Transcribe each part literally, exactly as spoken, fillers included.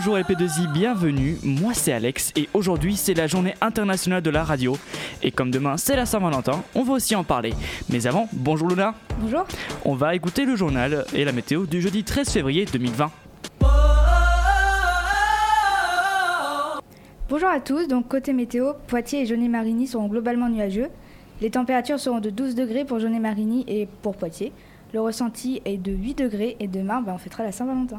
Bonjour L P deux I, bienvenue, moi c'est Alex et aujourd'hui c'est la journée internationale de la radio. Et comme demain c'est la Saint-Valentin, on va aussi en parler. Mais avant, bonjour Luna. Bonjour. On va écouter le journal et la météo du jeudi treize février deux mille vingt. Bonjour à tous, donc côté météo, Poitiers et Jaunet-Marigny seront globalement nuageux. Les températures seront de douze degrés pour Jaunet-Marigny et pour Poitiers. Le ressenti est de huit degrés et demain bah, on fêtera la Saint-Valentin.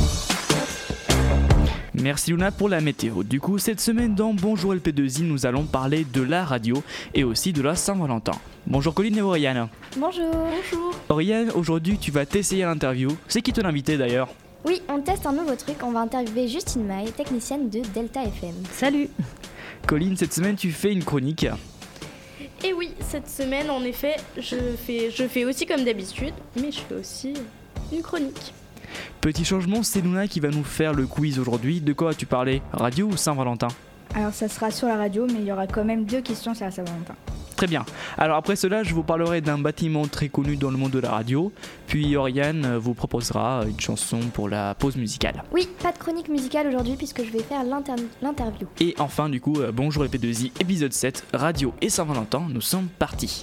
Merci Luna pour la météo. Du coup, cette semaine dans Bonjour L P deux I, nous allons parler de la radio et aussi de la Saint-Valentin. Bonjour Colline et Oriane. Bonjour. Bonjour. Oriane, aujourd'hui tu vas t'essayer à l'interview. C'est qui ton invité d'ailleurs ? Oui, on teste un nouveau truc. On va interviewer Justine Maille, technicienne de Delta F M. Salut. Colline, cette semaine tu fais une chronique. Et oui, cette semaine, en effet, je fais, je fais aussi comme d'habitude, mais je fais aussi une chronique. Petit changement, c'est Luna qui va nous faire le quiz aujourd'hui. De quoi vas-tu parler ? Radio ou Saint-Valentin ? Alors ça sera sur la radio, mais il y aura quand même deux questions sur la Saint-Valentin. Très bien. Alors après cela, je vous parlerai d'un bâtiment très connu dans le monde de la radio. Puis Oriane vous proposera une chanson pour la pause musicale. Oui, pas de chronique musicale aujourd'hui puisque je vais faire l'inter- l'interview. Et enfin du coup, bonjour L P deux I, épisode sept, radio et Saint-Valentin, nous sommes partis.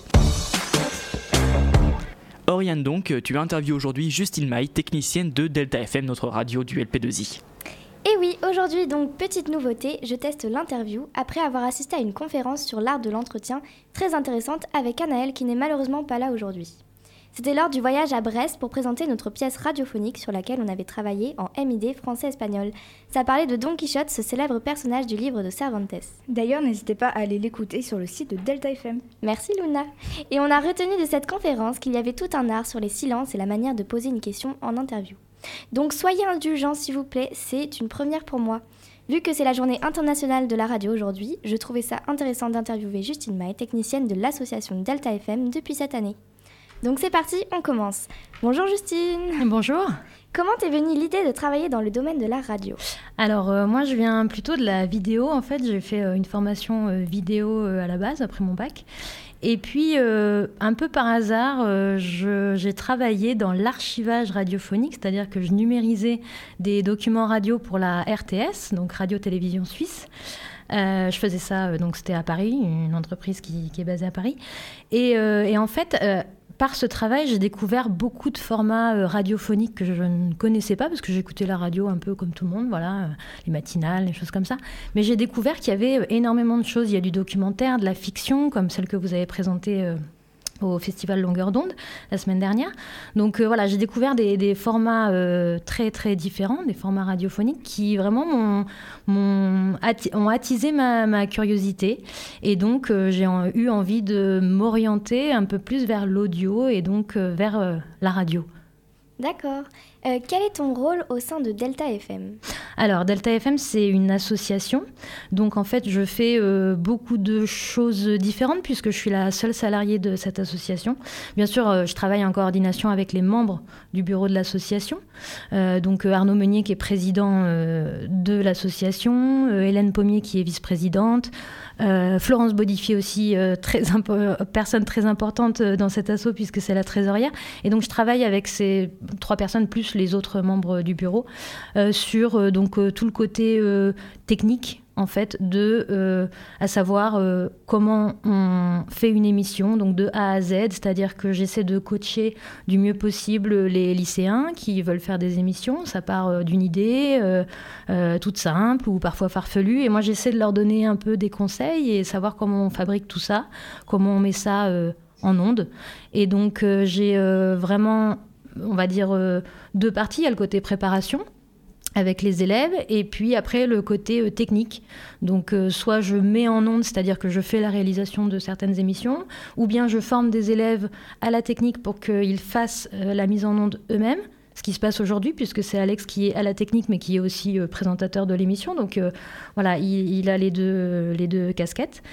Oriane donc, tu interviews aujourd'hui Justine Maille, technicienne de Delta F M, notre radio du L P deux I. Et oui, aujourd'hui donc, petite nouveauté, je teste l'interview après avoir assisté à une conférence sur l'art de l'entretien très intéressante avec Anaëlle qui n'est malheureusement pas là aujourd'hui. C'était lors du voyage à Brest pour présenter notre pièce radiophonique sur laquelle on avait travaillé en M I D français-espagnol. Ça parlait de Don Quichotte, ce célèbre personnage du livre de Cervantes. D'ailleurs, n'hésitez pas à aller l'écouter sur le site de Delta F M. Merci Luna. Et on a retenu de cette conférence qu'il y avait tout un art sur les silences et la manière de poser une question en interview. Donc soyez indulgents s'il vous plaît, c'est une première pour moi. Vu que c'est la journée internationale de la radio aujourd'hui, je trouvais ça intéressant d'interviewer Justine Maille, technicienne de l'association Delta F M depuis cette année. Donc c'est parti, on commence. Bonjour Justine. Bonjour. Comment t'es venue l'idée de travailler dans le domaine de la radio ? Alors euh, moi je viens plutôt de la vidéo en fait, j'ai fait euh, une formation euh, vidéo euh, à la base après mon bac. Et puis euh, un peu par hasard, euh, je, j'ai travaillé dans l'archivage radiophonique, c'est-à-dire que je numérisais des documents radio pour la R T S, donc Radio-Télévision Suisse. Euh, je faisais ça, euh, donc c'était à Paris, une entreprise qui, qui est basée à Paris. Et, euh, et en fait, euh, par ce travail, j'ai découvert beaucoup de formats euh, radiophoniques que je, je ne connaissais pas, parce que j'écoutais la radio un peu comme tout le monde, voilà, euh, les matinales, les choses comme ça. Mais j'ai découvert qu'il y avait énormément de choses. Il y a du documentaire, de la fiction, comme celle que vous avez présentée euh, au Festival Longueur d'onde la semaine dernière. Donc euh, voilà, j'ai découvert des, des formats euh, très très différents, des formats radiophoniques qui vraiment m'ont, m'ont atti- ont attisé ma, ma curiosité. Et donc euh, j'ai en, eu envie de m'orienter un peu plus vers l'audio et donc euh, vers euh, la radio. D'accord. Euh, quel est ton rôle au sein de Delta F M ? Alors, Delta F M, c'est une association. Donc, en fait, je fais euh, beaucoup de choses différentes puisque je suis la seule salariée de cette association. Bien sûr, euh, je travaille en coordination avec les membres du bureau de l'association. Euh, donc, euh, Arnaud Meunier, qui est président euh, de l'association, euh, Hélène Pommier, qui est vice-présidente, euh, Florence Bodifier aussi, euh, très impo- personne très importante dans cet asso puisque c'est la trésorière. Et donc, je travaille avec ces trois personnes plus les autres membres du bureau euh, sur euh, donc euh, tout le côté euh, technique en fait de euh, à savoir euh, comment on fait une émission donc de A à Z, c'est-à-dire que j'essaie de coacher du mieux possible les lycéens qui veulent faire des émissions. Ça part euh, d'une idée euh, euh, toute simple ou parfois farfelue et moi j'essaie de leur donner un peu des conseils et savoir comment on fabrique tout ça, comment on met ça euh, en ondes. Et donc euh, j'ai euh, vraiment on va dire euh, deux parties. Il y a le côté préparation avec les élèves et puis après le côté euh, technique. Donc euh, soit je mets en ondes, c'est-à-dire que je fais la réalisation de certaines émissions, ou bien je forme des élèves à la technique pour qu'ils fassent euh, la mise en ondes eux-mêmes. Ce qui se passe aujourd'hui, puisque c'est Alex qui est à la technique, mais qui est aussi euh, présentateur de l'émission. Donc euh, voilà, il, il a les deux, les deux casquettes.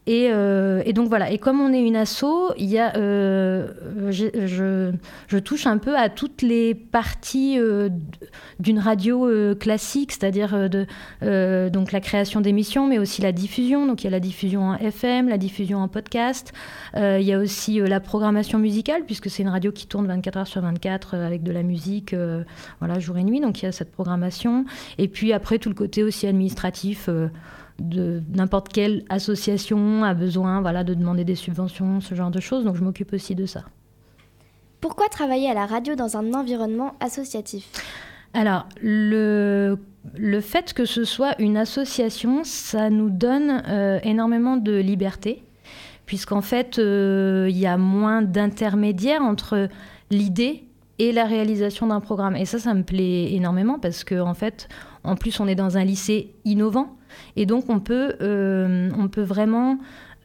Et, euh, et donc voilà, et comme on est une asso, il y a, euh, je, je, je touche un peu à toutes les parties euh, d'une radio euh, classique, c'est-à-dire de, euh, donc la création d'émissions, mais aussi la diffusion. Donc il y a la diffusion en F M, la diffusion en podcast. Euh, il y a aussi euh, la programmation musicale, puisque c'est une radio qui tourne vingt-quatre heures sur vingt-quatre euh, avec de la musique, euh, voilà, jour et nuit. Donc il y a cette programmation. Et puis après, tout le côté aussi administratif. Euh, de n'importe quelle association a besoin, voilà, de demander des subventions, ce genre de choses. Donc je m'occupe aussi de ça. Pourquoi travailler à la radio dans un environnement associatif ? Alors, le, le fait que ce soit une association, ça nous donne euh, énormément de liberté, puisqu'en fait, euh, il y a moins d'intermédiaires entre l'idée et la réalisation d'un programme. Et ça, ça me plaît énormément, parce qu'en en fait, en plus, on est dans un lycée innovant. Et donc, on peut, euh, on peut vraiment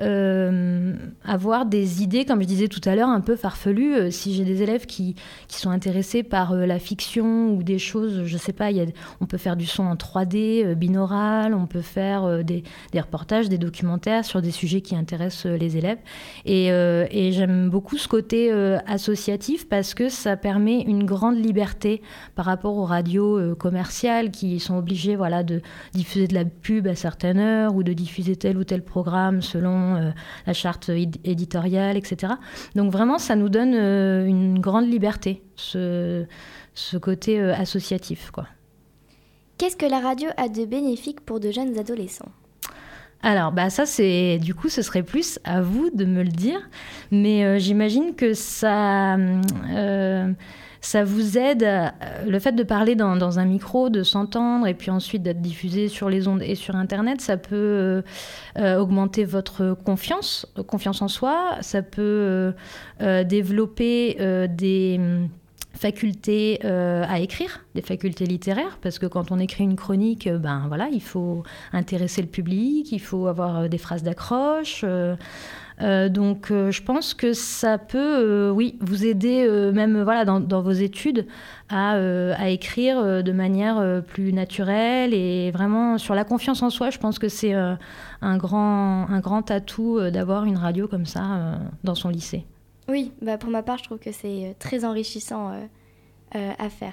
euh, avoir des idées, comme je disais tout à l'heure, un peu farfelues. Euh, si j'ai des élèves qui, qui sont intéressés par euh, la fiction ou des choses, je ne sais pas, y a, on peut faire du son en trois D, euh, binaural, on peut faire euh, des, des reportages, des documentaires sur des sujets qui intéressent euh, les élèves. Et, euh, et j'aime beaucoup ce côté euh, associatif, parce que ça permet une grande liberté par rapport aux radios euh, commerciales qui sont obligées, voilà, de diffuser de la pub à certaines heures ou de diffuser tel ou tel programme selon euh, la charte éditoriale, et cetera. Donc vraiment, ça nous donne euh, une grande liberté, ce, ce côté euh, associatif, quoi. Qu'est-ce que la radio a de bénéfique pour de jeunes adolescents ? Alors, bah ça, c'est, du coup, ce serait plus à vous de me le dire. Mais euh, j'imagine que ça... Euh, ça vous aide, euh, le fait de parler dans, dans un micro, de s'entendre, et puis ensuite d'être diffusé sur les ondes et sur Internet, ça peut euh, euh, augmenter votre confiance, confiance en soi, ça peut euh, euh, développer euh, des facultés euh, à écrire, des facultés littéraires, parce que quand on écrit une chronique, ben voilà, il faut intéresser le public, il faut avoir des phrases d'accroche. Euh, Euh, donc, euh, je pense que ça peut, euh, oui, vous aider euh, même voilà, dans, dans vos études à, euh, à écrire euh, de manière euh, plus naturelle, et vraiment sur la confiance en soi. Je pense que c'est euh, un grand, un grand atout euh, d'avoir une radio comme ça euh, dans son lycée. Oui, bah pour ma part, je trouve que c'est très enrichissant euh, euh, à faire.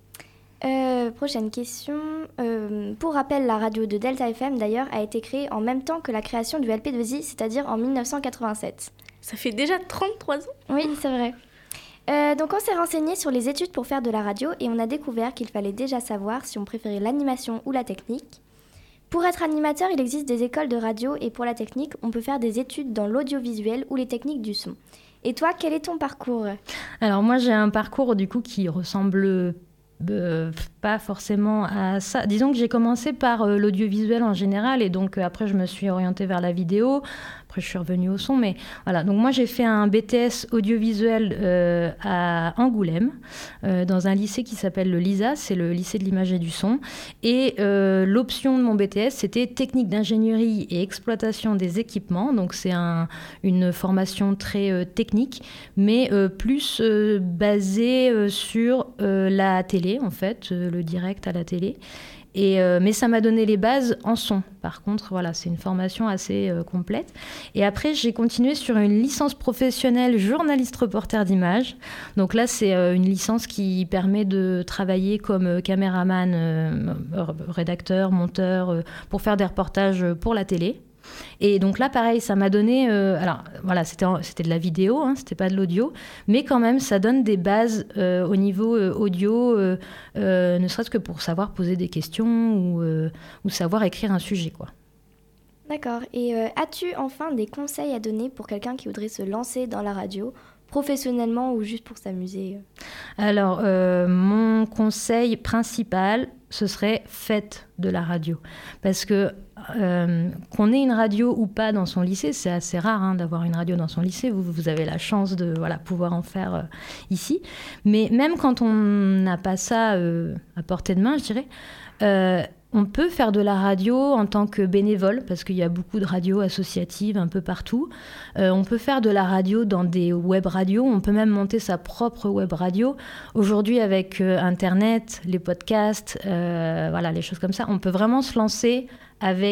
Euh, prochaine question. Euh, pour rappel, la radio de Delta F M, d'ailleurs, a été créée en même temps que la création du L P deux I, c'est-à-dire en dix-neuf cent quatre-vingt-sept. Ça fait déjà trente-trois ans ? Oui, c'est vrai. Euh, donc on s'est renseigné sur les études pour faire de la radio, et on a découvert qu'il fallait déjà savoir si on préférait l'animation ou la technique. Pour être animateur, il existe des écoles de radio, et pour la technique, on peut faire des études dans l'audiovisuel ou les techniques du son. Et toi, quel est ton parcours ? Alors moi, j'ai un parcours du coup qui ressemble Euh, pas forcément à ça. Disons que j'ai commencé par euh, l'audiovisuel en général, et donc euh, après je me suis orientée vers la vidéo. Après je suis revenue au son, mais voilà. Donc moi j'ai fait un B T S audiovisuel euh, à Angoulême, euh, dans un lycée qui s'appelle le LISA, c'est le lycée de l'image et du son. Et euh, l'option de mon B T S, c'était technique d'ingénierie et exploitation des équipements. Donc c'est un, une formation très euh, technique, mais euh, plus euh, basée euh, sur euh, la télé, en fait, euh, le direct à la télé. Et, euh, mais ça m'a donné les bases en son. Par contre, voilà, c'est une formation assez euh, complète. Et après, j'ai continué sur une licence professionnelle journaliste-reporter d'image. Donc là, c'est euh, une licence qui permet de travailler comme euh, caméraman, euh, rédacteur, monteur, euh, pour faire des reportages pour la télé. Et donc là, pareil, ça m'a donné... Euh, alors, voilà, c'était, c'était de la vidéo, hein, c'était pas de l'audio, mais quand même, ça donne des bases euh, au niveau euh, audio, euh, euh, ne serait-ce que pour savoir poser des questions ou, euh, ou savoir écrire un sujet, quoi. D'accord. Et euh, as-tu enfin des conseils à donner pour quelqu'un qui voudrait se lancer dans la radio, professionnellement ou juste pour s'amuser ? Alors, euh, mon conseil principal, ce serait faites de la radio. Parce que euh, qu'on ait une radio ou pas dans son lycée, c'est assez rare hein, d'avoir une radio dans son lycée. Vous, vous avez la chance de voilà, pouvoir en faire euh, ici. Mais même quand on n'a pas ça euh, à portée de main, je dirais, euh, on peut faire de la radio en tant que bénévole, parce qu'il y a beaucoup de radios associatives un peu partout. Euh, on peut faire de la radio dans des web radios, on peut même monter sa propre web radio. Aujourd'hui, avec euh, Internet, les podcasts, euh, voilà, les choses comme ça, on peut vraiment se lancer avec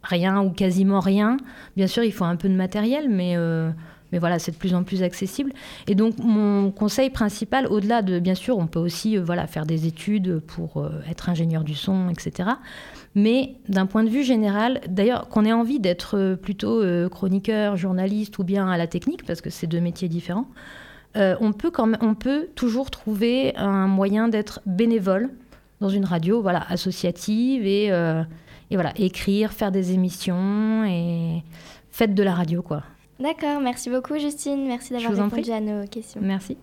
rien ou quasiment rien. Bien sûr, il faut un peu de matériel, mais, euh, mais voilà, c'est de plus en plus accessible. Et donc, mon conseil principal, au-delà de, bien sûr, on peut aussi euh, voilà, faire des études pour euh, être ingénieur du son, et cetera. Mais d'un point de vue général, d'ailleurs, qu'on ait envie d'être plutôt euh, chroniqueur, journaliste ou bien à la technique, parce que c'est deux métiers différents, euh, on peut quand même, on peut toujours trouver un moyen d'être bénévole dans une radio, voilà, associative et, euh, et voilà, écrire, faire des émissions et faites de la radio, quoi. D'accord, merci beaucoup Justine, merci d'avoir répondu à nos questions. Merci.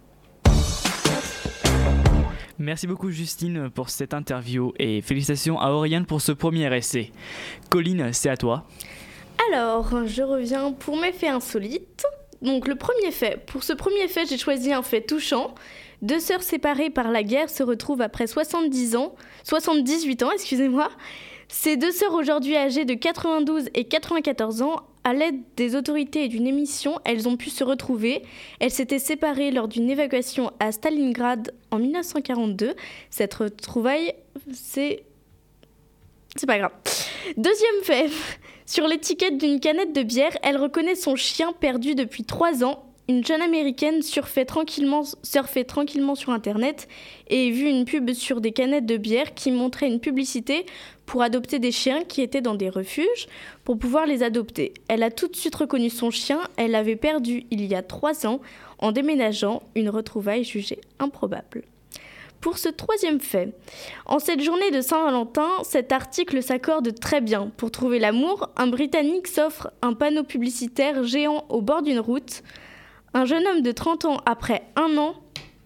Merci beaucoup Justine pour cette interview et félicitations à Oriane pour ce premier essai. Colline, c'est à toi. Alors, je reviens pour mes faits insolites. Donc le premier fait, pour ce premier fait, j'ai choisi un fait touchant. Deux sœurs séparées par la guerre se retrouvent après soixante-dix ans, soixante-dix-huit ans, excusez-moi. Ces deux sœurs aujourd'hui âgées de quatre-vingt-douze et quatre-vingt-quatorze ans, à l'aide des autorités et d'une émission, elles ont pu se retrouver. Elles s'étaient séparées lors d'une évacuation à Stalingrad en mille neuf cent quarante-deux. Cette retrouvaille, c'est... c'est pas grave. Deuxième fait, sur l'étiquette d'une canette de bière, elle reconnaît son chien perdu depuis trois ans. Une jeune américaine surfait tranquillement, surfait tranquillement sur Internet et vu une pub sur des canettes de bière qui montrait une publicité pour adopter des chiens qui étaient dans des refuges pour pouvoir les adopter. Elle a tout de suite reconnu son chien, elle l'avait perdu il y a trois ans en déménageant, une retrouvaille jugée improbable. Pour ce troisième fait, en cette journée de Saint-Valentin, cet article s'accorde très bien. Pour trouver l'amour, un Britannique s'offre un panneau publicitaire géant au bord d'une route. Un jeune homme de trente ans, après un an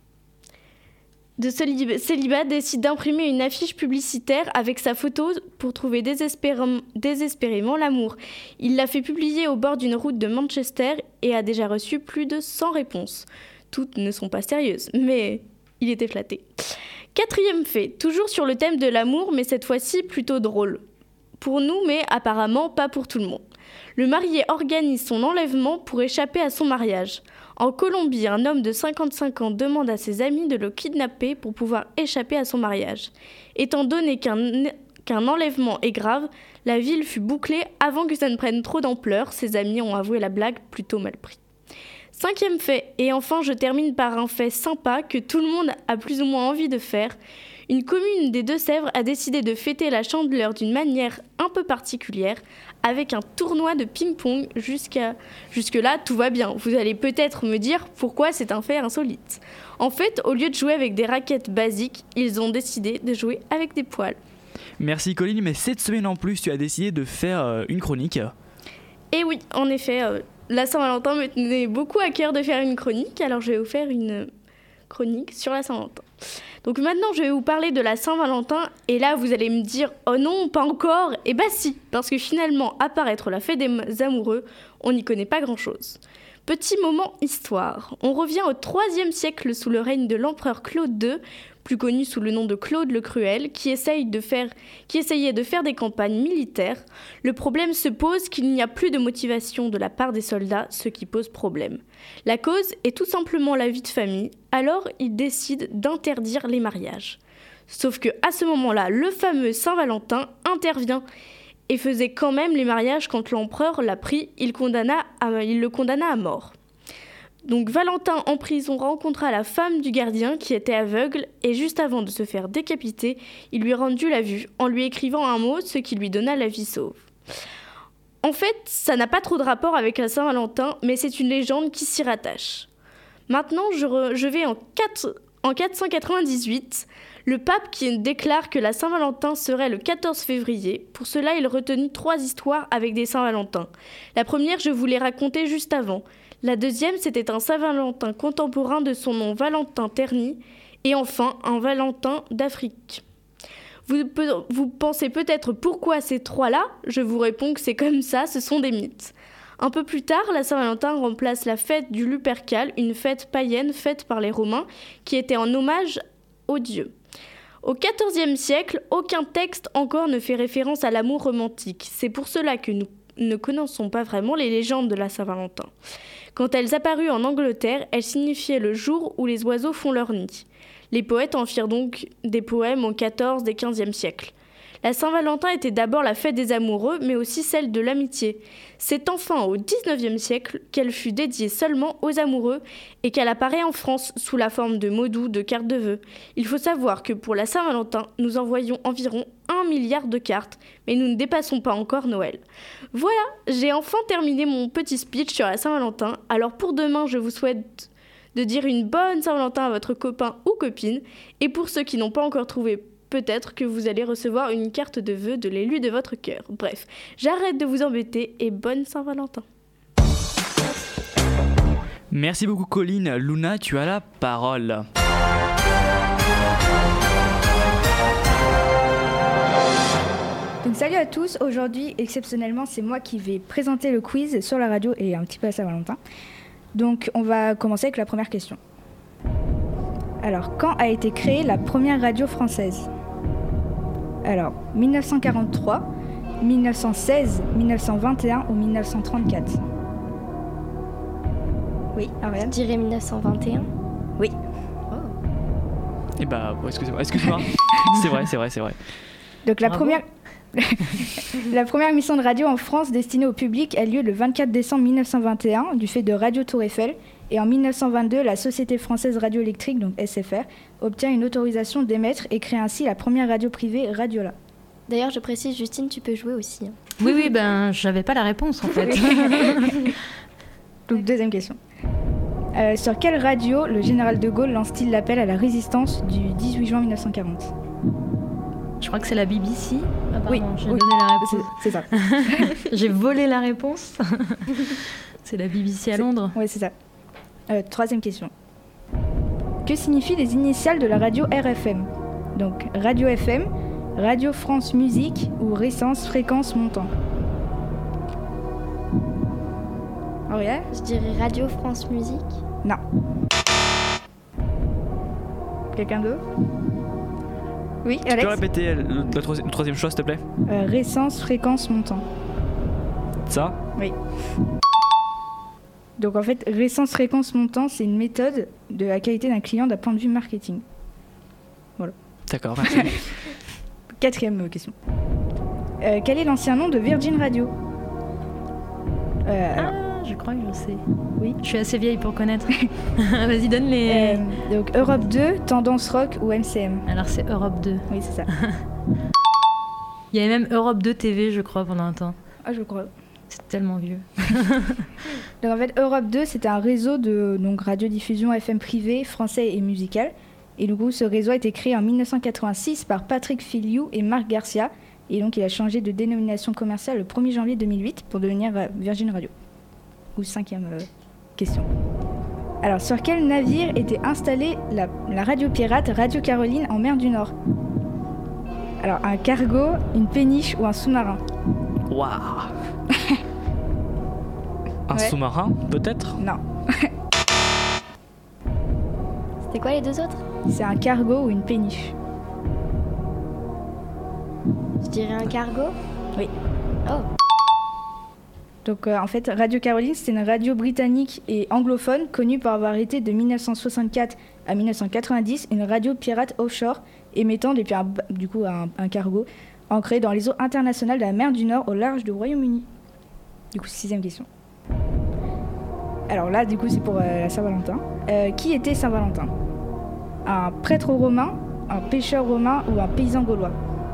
de célibat, décide d'imprimer une affiche publicitaire avec sa photo pour trouver désespérément, désespérément l'amour. Il l'a fait publier au bord d'une route de Manchester et a déjà reçu plus de cent réponses. Toutes ne sont pas sérieuses, mais il était flatté. Quatrième fait, toujours sur le thème de l'amour, mais cette fois-ci plutôt drôle. Pour nous, mais apparemment pas pour tout le monde. Le marié organise son enlèvement pour échapper à son mariage. En Colombie, un homme de cinquante-cinq ans demande à ses amis de le kidnapper pour pouvoir échapper à son mariage. Étant donné qu'un, qu'un enlèvement est grave, la ville fut bouclée avant que ça ne prenne trop d'ampleur. Ses amis ont avoué la blague plutôt mal pris. Cinquième fait, et enfin je termine par un fait sympa que tout le monde a plus ou moins envie de faire. Une commune des Deux-Sèvres a décidé de fêter la Chandeleur d'une manière un peu particulière, avec un tournoi de ping-pong. Jusqu'à... Jusque-là, tout va bien. Vous allez peut-être me dire pourquoi c'est un fait insolite. En fait, au lieu de jouer avec des raquettes basiques, ils ont décidé de jouer avec des poils. Merci Colline, mais cette semaine en plus, tu as décidé de faire euh, une chronique. Et oui, en effet, euh, la Saint-Valentin me tenait beaucoup à cœur de faire une chronique, alors je vais vous faire une chronique sur la Saint-Valentin. Donc maintenant, je vais vous parler de la Saint-Valentin, et là, vous allez me dire « Oh non, pas encore !» Eh bah si, parce que finalement, à part être la fête des amoureux, on n'y connaît pas grand-chose. Petit moment histoire. On revient au troisième siècle sous le règne de l'empereur Claude deux, plus connu sous le nom de Claude le Cruel, qui, essaye de faire, qui essayait de faire des campagnes militaires. Le problème se pose qu'il n'y a plus de motivation de la part des soldats, ce qui pose problème. La cause est tout simplement la vie de famille, alors il décide d'interdire les mariages. Sauf que à ce moment-là, le fameux Saint-Valentin intervient et faisait quand même les mariages quand l'empereur l'a pris, il, condamna à, il le condamna à mort. Donc Valentin en prison rencontra la femme du gardien qui était aveugle et juste avant de se faire décapiter, il lui rendit la vue en lui écrivant un mot, ce qui lui donna la vie sauve. En fait, ça n'a pas trop de rapport avec la Saint-Valentin, mais c'est une légende qui s'y rattache. Maintenant, je, re, je vais en, quatre, en quatre cent quatre-vingt-dix-huit, le pape qui déclare que la Saint-Valentin serait le quatorze février. Pour cela, il retenit trois histoires avec des Saint-Valentin. La première, je vous l'ai racontée juste avant. La deuxième, c'était un Saint-Valentin contemporain de son nom Valentin Terni. Et enfin, un Valentin d'Afrique. Vous, vous pensez peut-être pourquoi ces trois-là ? Je vous réponds que c'est comme ça, ce sont des mythes. Un peu plus tard, la Saint-Valentin remplace la fête du Lupercal, une fête païenne faite par les Romains, qui était en hommage aux dieux. Au quatorzième siècle, aucun texte encore ne fait référence à l'amour romantique. C'est pour cela que nous ne connaissons pas vraiment les légendes de la Saint-Valentin. Quand elles apparurent en Angleterre, elles signifiaient le jour où les oiseaux font leur nid. Les poètes en firent donc des poèmes au quatorzième et quinzième siècle. La Saint-Valentin était d'abord la fête des amoureux, mais aussi celle de l'amitié. C'est enfin au dix-neuvième siècle qu'elle fut dédiée seulement aux amoureux et qu'elle apparaît en France sous la forme de mots doux, de cartes de vœux. Il faut savoir que pour la Saint-Valentin, nous envoyons environ un milliard de cartes, mais nous ne dépassons pas encore Noël. Voilà, j'ai enfin terminé mon petit speech sur la Saint-Valentin. Alors pour demain, je vous souhaite de dire une bonne Saint-Valentin à votre copain ou copine. Et pour ceux qui n'ont pas encore trouvé, peut-être que vous allez recevoir une carte de vœux de l'élu de votre cœur. Bref, j'arrête de vous embêter et bonne Saint-Valentin. Merci beaucoup Colline. Luna, tu as la parole. Donc salut à tous, aujourd'hui exceptionnellement c'est moi qui vais présenter le quiz sur la radio et un petit peu à Saint-Valentin. Donc on va commencer avec la première question. Alors, quand a été créée la première radio française ? Alors, dix-neuf cent quarante-trois, dix-neuf cent seize, dix-neuf cent vingt et un ou dix-neuf cent trente-quatre ? Oui, Ariane ? Je dirais dix-neuf cent vingt et un. Oui. Eh bah, excusez-moi, excusez-moi. c'est vrai, c'est vrai, c'est vrai. Donc la Bravo. première... La première émission de radio en France destinée au public a lieu le vingt-quatre décembre mille neuf cent vingt et un du fait de Radio Tour Eiffel. Et en mille neuf cent vingt-deux, la Société Française Radioélectrique, donc S F R, obtient une autorisation d'émettre et crée ainsi la première radio privée Radiola. D'ailleurs, je précise, Justine, tu peux jouer aussi. hein. Oui, oui, ben, j'avais pas la réponse en fait. Donc deuxième question. Euh, sur quelle radio le général de Gaulle lance-t-il l'appel à la résistance du dix-huit juin mille neuf cent quarante ? Je crois que c'est la B B C. Ah, pardon, Oui, j'ai oui. donné la réponse. C'est, c'est ça. J'ai volé la réponse. C'est la B B C à C'est- Londres. Oui, c'est ça. Euh, troisième question. Que signifient les initiales de la radio R F M ? Donc Radio F M, Radio France Musique ou Résonance Fréquence Montant ? Auriel ? Je dirais Radio France Musique. Non. Quelqu'un d'autre ? Oui, Tu Alex ? peux répéter le, le troisi- le troisième choix, s'il te plaît ? euh, Résonance Fréquence Montant. Ça ? Oui. Donc en fait, Résonance Fréquence Montant, c'est une méthode de la qualité d'un client d'un point de vue marketing. D'accord, merci. Quatrième euh, question. Euh, quel est l'ancien nom de Virgin Radio ? Euh, alors, Ah, je crois que je sais. Oui. Je suis assez vieille pour connaître. Vas-y, donne les. euh, donc Europe deux, Tendance Rock ou M C M ? Alors c'est Europe deux. Oui, c'est ça. Il y avait même Europe deux T V, je crois, pendant un temps. Ah, je crois. C'est tellement vieux. Donc en fait, Europe deux, c'était un réseau de donc, radiodiffusion F M privé, français et musical. Et du coup, ce réseau a été créé en mille neuf cent quatre-vingt-six par Patrick Filiou et Marc Garcia. Et donc, il a changé de dénomination commerciale le premier janvier deux mille huit pour devenir euh, Virgin Radio. Ou cinquième euh, question. Alors, sur quel navire était installée la, la radio pirate Radio Caroline en mer du Nord ? Alors, un cargo, une péniche ou un sous-marin ? Waouh. Un Ouais. sous-marin, peut-être ? Non, C'était quoi les deux autres ? c'est un cargo ou une péniche. Je dirais un cargo. Oui. Oh, Donc euh, en fait, Radio Caroline, c'est une radio britannique et anglophone connue pour avoir été de mille neuf cent soixante-quatre à mille neuf cent quatre-vingt-dix une radio pirate offshore émettant depuis un, ba- du coup, un, un cargo ancré dans les eaux internationales de la mer du Nord au large du Royaume-Uni. Du coup, sixième question. Alors là, du coup, c'est pour euh, la Saint-Valentin. Euh, qui était Saint-Valentin ? Un prêtre romain, un pêcheur romain ou un paysan gaulois ?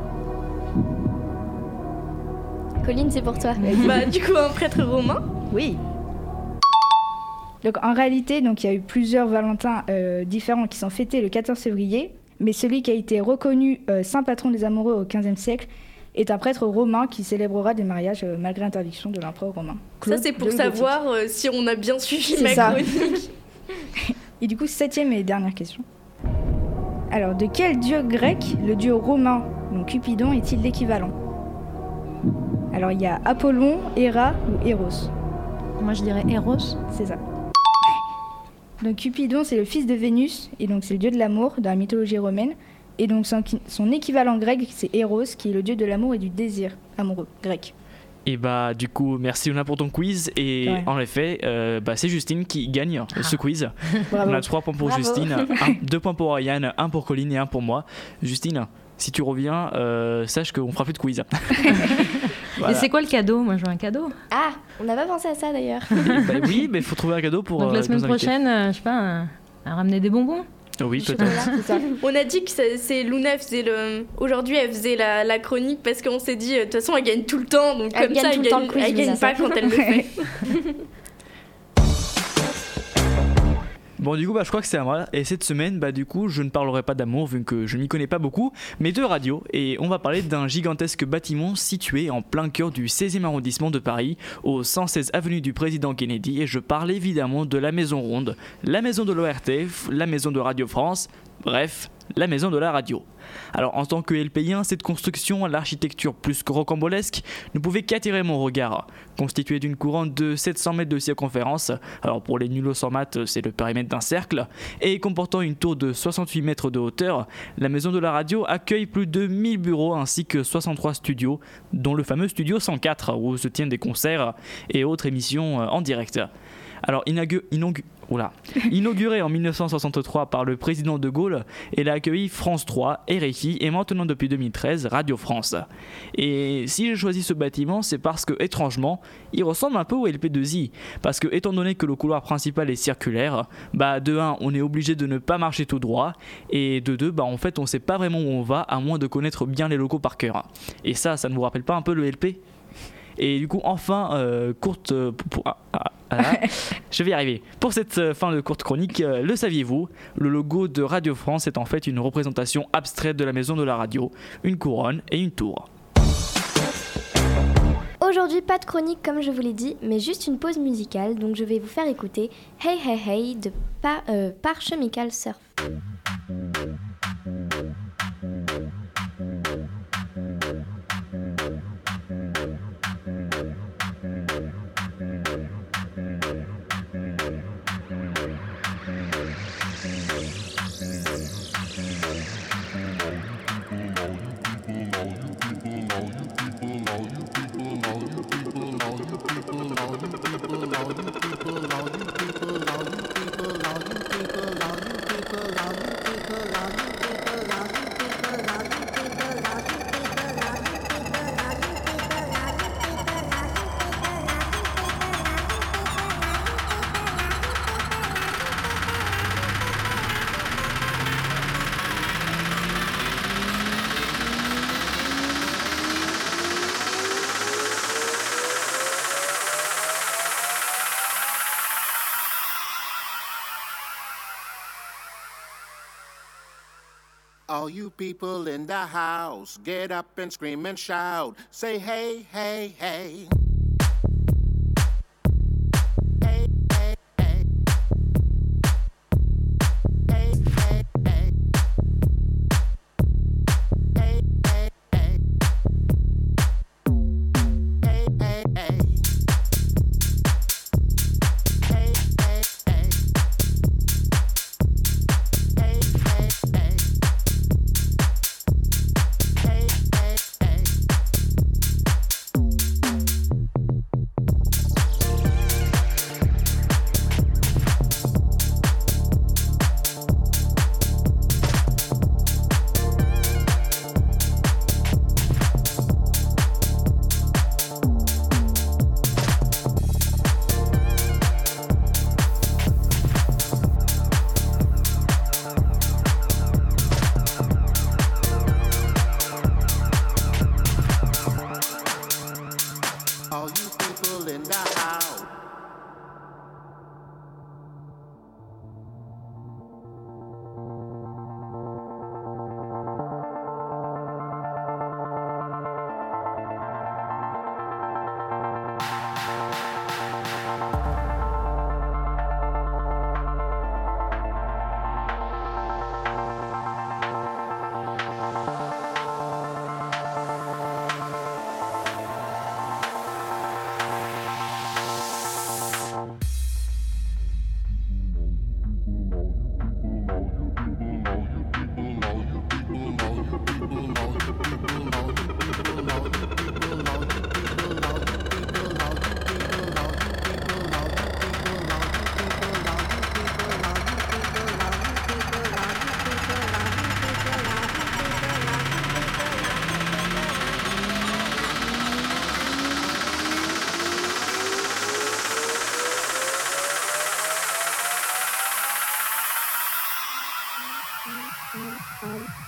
Colline, c'est pour toi. Bah, du coup, un prêtre romain. Oui. Donc en réalité, donc il y a eu plusieurs Valentins euh, différents qui sont fêtés le quatorze février, mais celui qui a été reconnu euh, saint patron des amoureux au quinzième siècle est un prêtre romain qui célébrera des mariages euh, malgré l'interdiction de l'empereur romain. Claude Ça, c'est pour de savoir euh, si on a bien suivi C'est ma ça. chronique. Et du coup, septième et dernière question. Alors, de quel dieu grec le dieu romain, donc Cupidon, est-il l'équivalent ? Alors, il y a Apollon, Héra ou Eros. Moi, je dirais Eros. C'est ça. Donc Cupidon, c'est le fils de Vénus, et donc c'est le dieu de l'amour dans la mythologie romaine. Et donc son, son équivalent grec, c'est Eros, qui est le dieu de l'amour et du désir amoureux grec. Et bah du coup, merci Luna pour ton quiz. Et Ouais. en effet, euh, bah, c'est Justine qui gagne Ah. ce quiz. Bravo. On a trois points pour Bravo. Justine, un- deux points pour Ryan, un pour Colline et un pour moi. Justine, si tu reviens, euh, sache qu'on fera plus de quiz. Voilà. Et c'est quoi le cadeau? Moi, je veux un cadeau. Ah, on n'a pas pensé à ça d'ailleurs. Bah oui, mais il faut trouver un cadeau pour. Donc la euh, semaine nos invités. prochaine, euh, je sais pas, euh, à ramener des bonbons. Oui, Du peut-être. chocolat, c'est ça. On a dit que c'est, c'est Luna, elle faisait le... aujourd'hui elle faisait la, la chronique parce qu'on s'est dit, de toute façon elle gagne tout le temps, donc Elle comme gagne ça tout elle le temps gagne, le quiz, elle Luna, gagne ça. pas quand elle le fait. Bon, du coup, bah, je crois que c'est à moi. Et cette semaine, bah, du coup, je ne parlerai pas d'amour vu que je m'y connais pas beaucoup, mais de radio. Et on va parler d'un gigantesque bâtiment situé en plein cœur du seizième arrondissement de Paris, au cent seize avenue du Président Kennedy. Et je parle évidemment de la Maison Ronde, la maison de l'O R T, la maison de Radio France, bref, la maison de la radio. Alors en tant que L P I en, cette construction à l'architecture plus que rocambolesque ne pouvait qu'attirer mon regard. Constituée d'une couronne de sept cents mètres de circonférence, alors pour les nulos en maths c'est le périmètre d'un cercle, et comportant une tour de soixante-huit mètres de hauteur, la maison de la radio accueille plus de mille bureaux ainsi que soixante-trois studios, dont le fameux studio cent quatre où se tiennent des concerts et autres émissions en direct. Alors inauguré inaug... inaugurée en mille neuf cent soixante-trois par le président de Gaulle, elle a accueilli France trois, R F I et maintenant depuis deux mille treize Radio France. Et si j'ai choisi ce bâtiment, c'est parce que étrangement, il ressemble un peu au L P deux I. Parce que étant donné que le couloir principal est circulaire, bah de un, on est obligé de ne pas marcher tout droit, et de deux, bah en fait on sait pas vraiment où on va à moins de connaître bien les locaux par cœur. Et ça, ça ne vous rappelle pas un peu le L P ? Et du coup, enfin, euh, courte... Euh, pour, pour, ah, ah, ah, je vais y arriver. Pour cette euh, fin de courte chronique, euh, le saviez-vous ? Le logo de Radio France est en fait une représentation abstraite de la maison de la radio, une couronne et une tour. Aujourd'hui, pas de chronique comme je vous l'ai dit, mais juste une pause musicale, donc je vais vous faire écouter Hey Hey Hey de pa- euh, Par Chemical Surf. All you people in the house, get up and scream and shout. Say hey, hey, hey. Hey, hey, hey. Hey, hey, hey. Hey, hey, hey. Hey, hey, hey. Hey, hey, hey. Hey, hey, hey. Hey, hey, hey.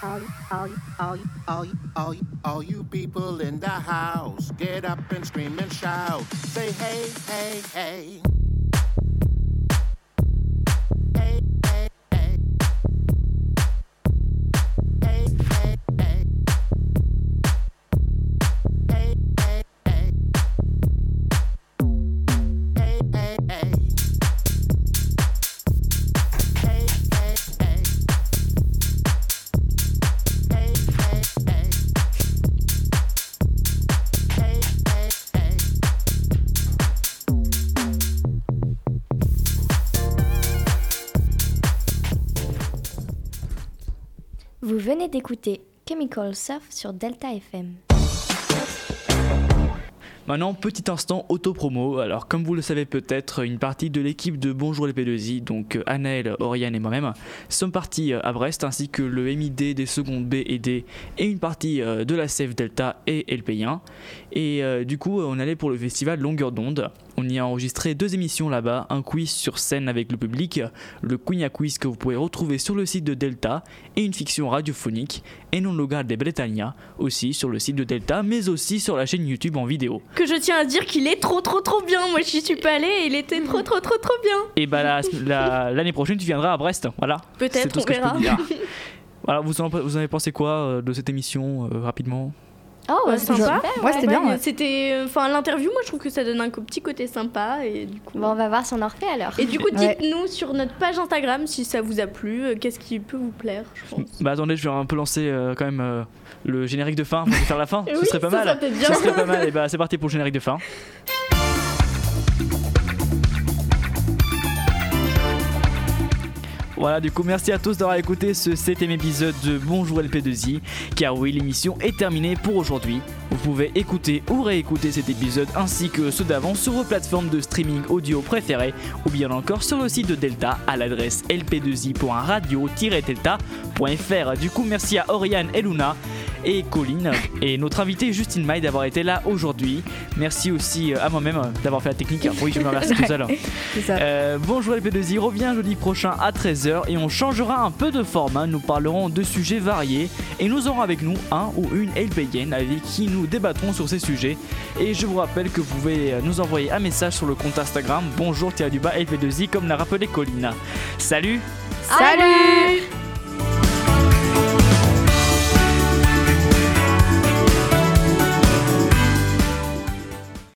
All, all, all, all, all, all you people in the house, get up and scream and shout. Say hey, hey, hey. Hey, hey, hey. Hey, hey, hey. Hey, hey, hey. Hey, hey, hey. Vous venez d'écouter Chemical Surf sur Delta F M. Maintenant, petit instant auto-promo. Alors, comme vous le savez peut-être, une partie de l'équipe de Bonjour les P deux I, donc Anaël, Oriane et moi-même, sommes partis à Brest, ainsi que le M I D des secondes B et D, et une partie de la C F Delta et L P un. Et euh, du coup, on allait pour le festival Longueur d'onde. On y a enregistré deux émissions là-bas, un quiz sur scène avec le public, le Cugna Quiz que vous pouvez retrouver sur le site de Delta, et une fiction radiophonique, et non lugar de Bretaña, aussi sur le site de Delta, mais aussi sur la chaîne YouTube en vidéo. Que je tiens à dire qu'il est trop trop trop bien. Moi je suis pas allée et il était trop trop trop trop bien. Et bah la, la, l'année prochaine tu viendras à Brest, voilà. Peut-être, tout on verra. Voilà, vous en, vous en avez pensé quoi euh, de cette émission euh, rapidement? Oh, Ouais, c'est sympa. super. Ouais, c'était bien. Ouais. C'était, enfin, l'interview, moi je trouve que ça donne un co- petit côté sympa et du coup. Bon, on va voir si on en refait alors. Et du coup, Ouais. dites-nous sur notre page Instagram si ça vous a plu, euh, qu'est-ce qui peut vous plaire, je pense. Bah attendez, je vais un peu lancer euh, quand même euh, le générique de fin pour faire la fin. Ce Oui, serait pas ça mal. serait peut-être bien. Ce serait pas mal. Et bah c'est parti pour le générique de fin. Voilà, du coup, merci à tous d'avoir écouté ce septième épisode de Bonjour L P deux I, car oui, l'émission est terminée pour aujourd'hui. Vous pouvez écouter ou réécouter cet épisode ainsi que ceux d'avant sur vos plateformes de streaming audio préférées ou bien encore sur le site de Delta à l'adresse l p deux i point radio tiret delta point f r. Du coup, merci à Oriane et Luna et Colline et notre invité Justine Maille d'avoir été là aujourd'hui. Merci aussi à moi-même d'avoir fait la technique. Oui, je me remercie tout seul. C'est ça. Euh, bonjour L P deux I revient jeudi prochain à treize heures et on changera un peu de format. Nous parlerons de sujets variés et nous aurons avec nous un ou une L P ienne avec qui nous débattrons sur ces sujets. Et je vous rappelle que vous pouvez nous envoyer un message sur le compte Instagram bonjour-L P deux I comme l'a rappelé Colline. Salut! Salut.